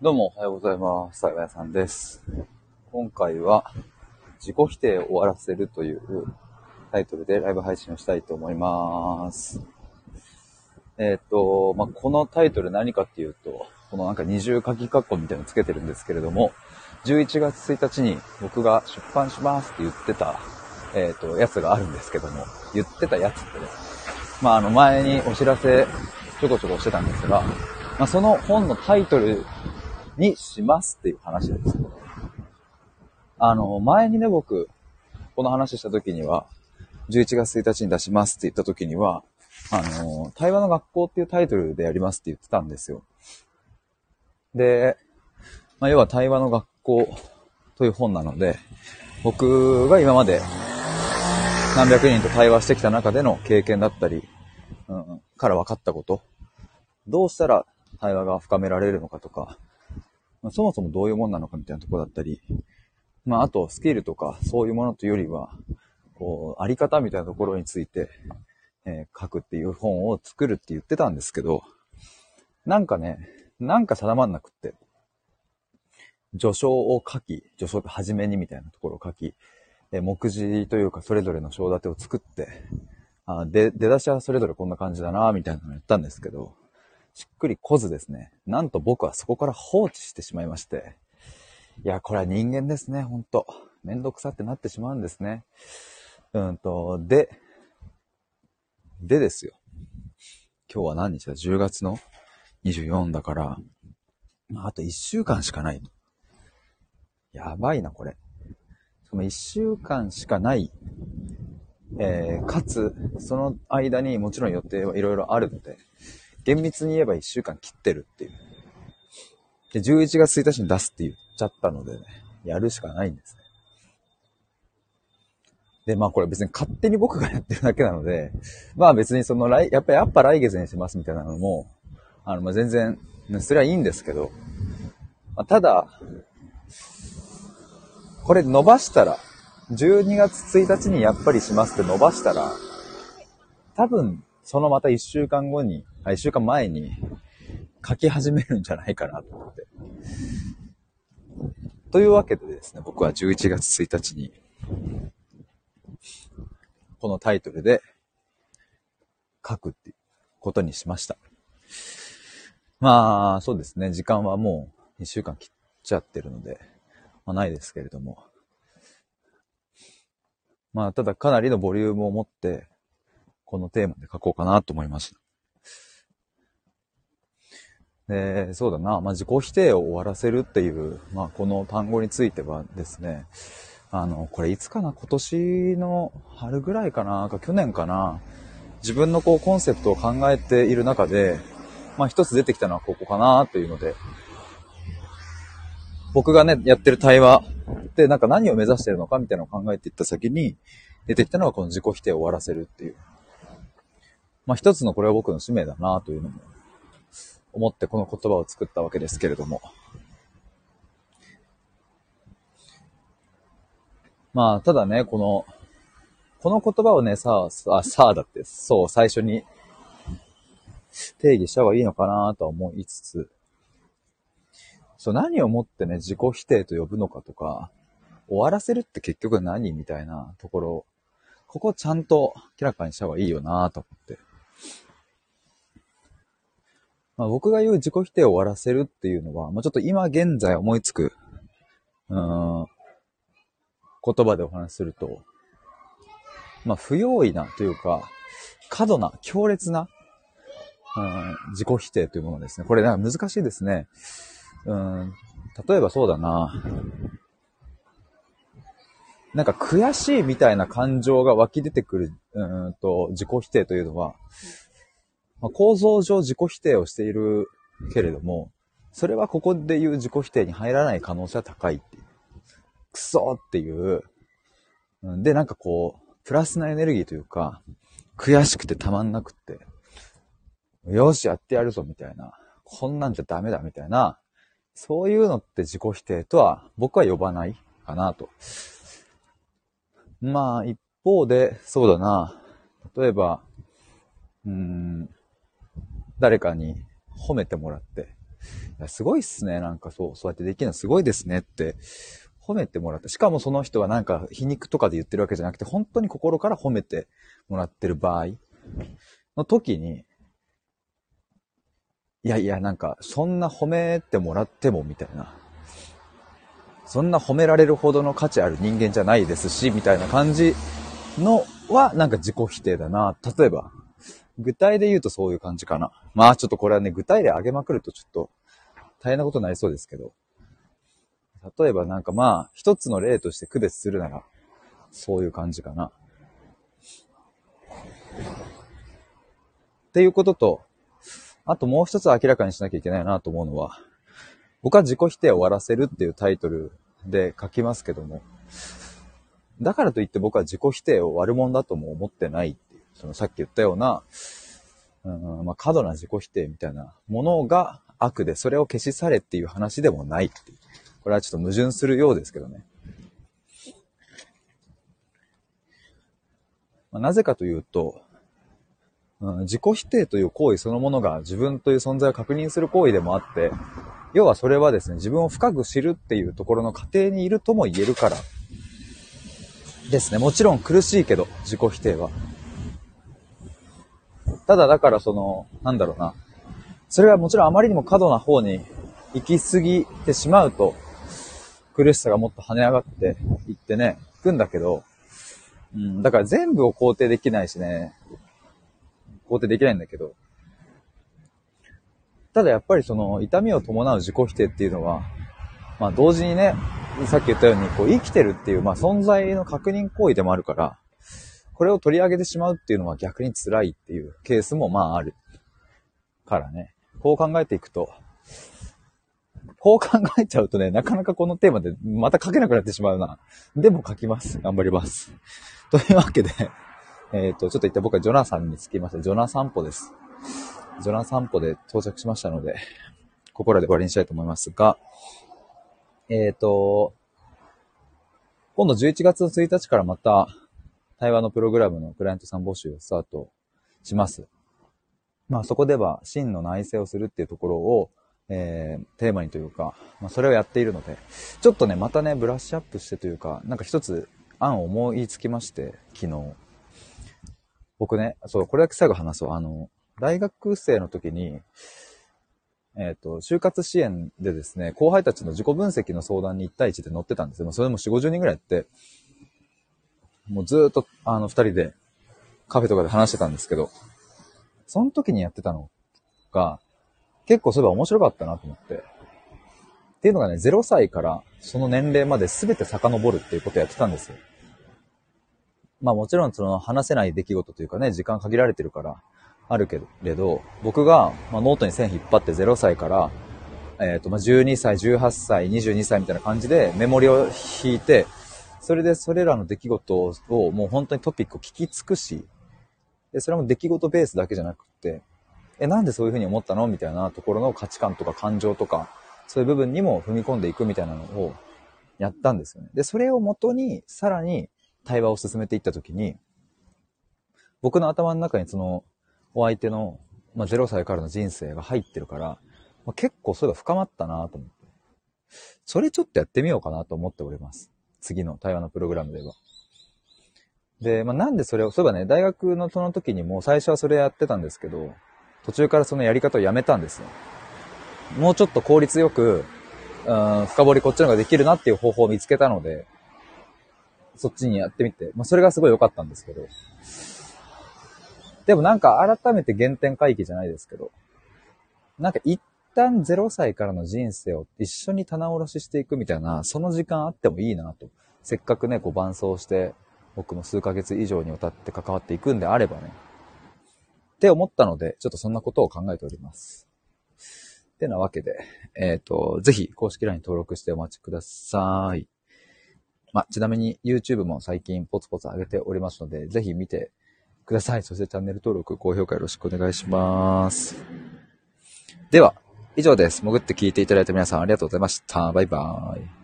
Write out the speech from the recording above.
どうもおはようございます。さやさんです。今回は自己否定を終わらせるというタイトルでライブ配信をしたいと思います。このタイトル何かっていうと、このなんか二重書き括弧みたいなのつけてるんですけれども、11月1日に僕が出版しますって言ってた、やつがあるんですけども、言ってたやつってね、前にお知らせちょこちょこしてたんですが、その本のタイトルにしますっていう話です。前にね、僕、この話した時には、11月1日に出しますって言った時には、対話の学校っていうタイトルでやりますって言ってたんですよ。で、要は対話の学校という本なので、僕が今まで何百人と対話してきた中での経験だったり、から分かったこと、どうしたら対話が深められるのかとか、そもそもどういうもんなのかみたいなところだったり、あとスキルとかそういうものというよりは、あり方みたいなところについて、書くっていう本を作るって言ってたんですけど、なんか定まんなくって、序章を書き、序章って初めにみたいなところを書き、目次というかそれぞれの章立てを作って、出だしはそれぞれこんな感じだなみたいなのをやったんですけど、しっくりこずですね。なんと僕はそこから放置してしまいまして、いや、これは人間ですね、ほんと。めんどくさってなってしまうんですね。でですよ。今日は何日だ ?10 月の24だから、あと1週間しかない。やばいな、これ。その1週間しかない。かつ、その間にもちろん予定はいろいろあるので、厳密に言えば1週間切ってるっていう。で、11月1日に出すって言っちゃったのでね、やるしかないんですね。で、これ別に勝手に僕がやってるだけなので、別にそのやっぱ来月にしますみたいなのも、全然、それはいいんですけど、ただ、これ伸ばしたら、12月1日にやっぱりしますって伸ばしたら、多分、そのまた1週間後に、1週間前に書き始めるんじゃないかなと思って。というわけでですね、僕は11月1日に、このタイトルで書くっていうことにしました。そうですね、時間はもう1週間切っちゃってるので、ないですけれども。ただかなりのボリュームを持って、このテーマで書こうかなと思いました。で、そうだな、自己否定を終わらせるっていう、この単語についてはですね、これいつかな、今年の春ぐらいかな、去年かな、自分のコンセプトを考えている中で、一つ出てきたのはここかなというので、僕がね、やってる対話で何を目指しているのかみたいなのを考えていった先に出てきたのがこの自己否定を終わらせるっていう。一つのこれは僕の使命だなというのも思ってこの言葉を作ったわけですけれども。ただね、この言葉をね、さあだって、そう、最初に定義した方がいいのかなとは思いつつ、何をもってね、自己否定と呼ぶのかとか、終わらせるって結局何みたいなところ、ここちゃんと明らかにした方がいいよなと思って。僕が言う自己否定を終わらせるっていうのは、ちょっと今現在思いつく、言葉でお話しすると、不用意なというか、過度な、強烈な、自己否定というものですね。これ難しいですね。例えばそうだな。悔しいみたいな感情が湧き出てくる、自己否定というのは、構造上自己否定をしているけれども、それはここで言う自己否定に入らない可能性は高いっていう。クソっていう。で、プラスなエネルギーというか、悔しくてたまんなくって、よし、やってやるぞみたいな。こんなんじゃダメだみたいな。そういうのって自己否定とは僕は呼ばないかなと。一方で、そうだな。例えば、誰かに褒めてもらって、 すごいっすね。なんかそうやってできるのすごいですねって褒めてもらって。しかもその人はなんか皮肉とかで言ってるわけじゃなくて、本当に心から褒めてもらってる場合の時に、いやいや、なんか、そんな褒めてもらっても、みたいな。そんな褒められるほどの価値ある人間じゃないですし、みたいな感じのは、なんか自己否定だな。例えば、具体で言うとそういう感じかな。まあちょっとこれはね、具体例上げまくるとちょっと大変なことになりそうですけど。例えばなんかまあ、一つの例として区別するなら、そういう感じかな。っていうことと、あともう一つ明らかにしなきゃいけないなと思うのは、僕は自己否定を終わらせるっていうタイトルで書きますけども、だからといって僕は自己否定を悪者だとも思ってないっていう、そのさっき言ったような、過度な自己否定みたいなものが悪で、それを消し去れっていう話でもないっていう。これはちょっと矛盾するようですけどね。なぜかというと、自己否定という行為そのものが自分という存在を確認する行為でもあって、要はそれはですね、自分を深く知るっていうところの過程にいるとも言えるからですね。もちろん苦しいけど、自己否定は。ただだからなんだろうな。それがもちろんあまりにも過度な方に行き過ぎてしまうと、苦しさがもっと跳ね上がっていってね、いくんだけど、だから全部を肯定できないしね、肯定できないんだけど、ただやっぱり痛みを伴う自己否定っていうのは、同時にね、さっき言ったように生きてるっていう存在の確認行為でもあるから、これを取り上げてしまうっていうのは逆に辛いっていうケースもあるからね。こう考えていくと、こう考えちゃうとね、なかなかこのテーマでまた書けなくなってしまうな。でも書きます。頑張ります。というわけで、ちょっと一旦僕はジョナサンに着きました。ジョナ散歩です。ジョナ散歩で到着しましたので、ここらで終わりにしたいと思いますが、今度11月1日からまた対話のプログラムのクライアントさん募集をスタートします。そこでは真の内省をするっていうところを、テーマにというか、それをやっているので、ちょっとね、またね、ブラッシュアップしてというか、なんか一つ案を思いつきまして、昨日。僕ね、これだけ最後話そう。大学生の時に、就活支援でですね、後輩たちの自己分析の相談に1対1で乗ってたんですよ。それも4、50人ぐらいやって、もうずーっと、2人でカフェとかで話してたんですけど、その時にやってたのが、結構そういえば面白かったなと思って。っていうのがね、0歳からその年齢まで全て遡るっていうことをやってたんですよ。もちろん話せない出来事というかね、時間限られてるから、あるけれど、僕が、ノートに線引っ張って0歳から、12歳、18歳、22歳みたいな感じでメモリを引いて、それでそれらの出来事をもう本当にトピックを聞き尽くし、で、それも出来事ベースだけじゃなくて、なんでそういうふうに思ったのみたいなところの価値観とか感情とか、そういう部分にも踏み込んでいくみたいなのをやったんですよね。で、それをもとに、さらに対話を進めていったときに、僕の頭の中にお相手の、0歳からの人生が入ってるから、結構それが深まったなと思って。それちょっとやってみようかなと思っております。次の対話のプログラムでは。で、なんでそれを、そういえばね、大学のその時にも最初はそれやってたんですけど、途中からそのやり方をやめたんですよ。もうちょっと効率よく、深掘りこっちの方ができるなっていう方法を見つけたので、そっちにやってみて、それがすごい良かったんですけど。でもなんか改めて原点回帰じゃないですけど、なんか一旦0歳からの人生を一緒に棚卸ししていくみたいな、その時間あってもいいなと。せっかくね、伴走して、僕も数ヶ月以上にわたって関わっていくんであればね。って思ったので、ちょっとそんなことを考えております。ってなわけで、ぜひ公式 LINE 登録してお待ちください。ちなみに YouTube も最近ポツポツ上げておりますので、ぜひ見てください。そしてチャンネル登録、高評価よろしくお願いします。では、以上です。潜って聞いていただいた皆さんありがとうございました。バイバーイ。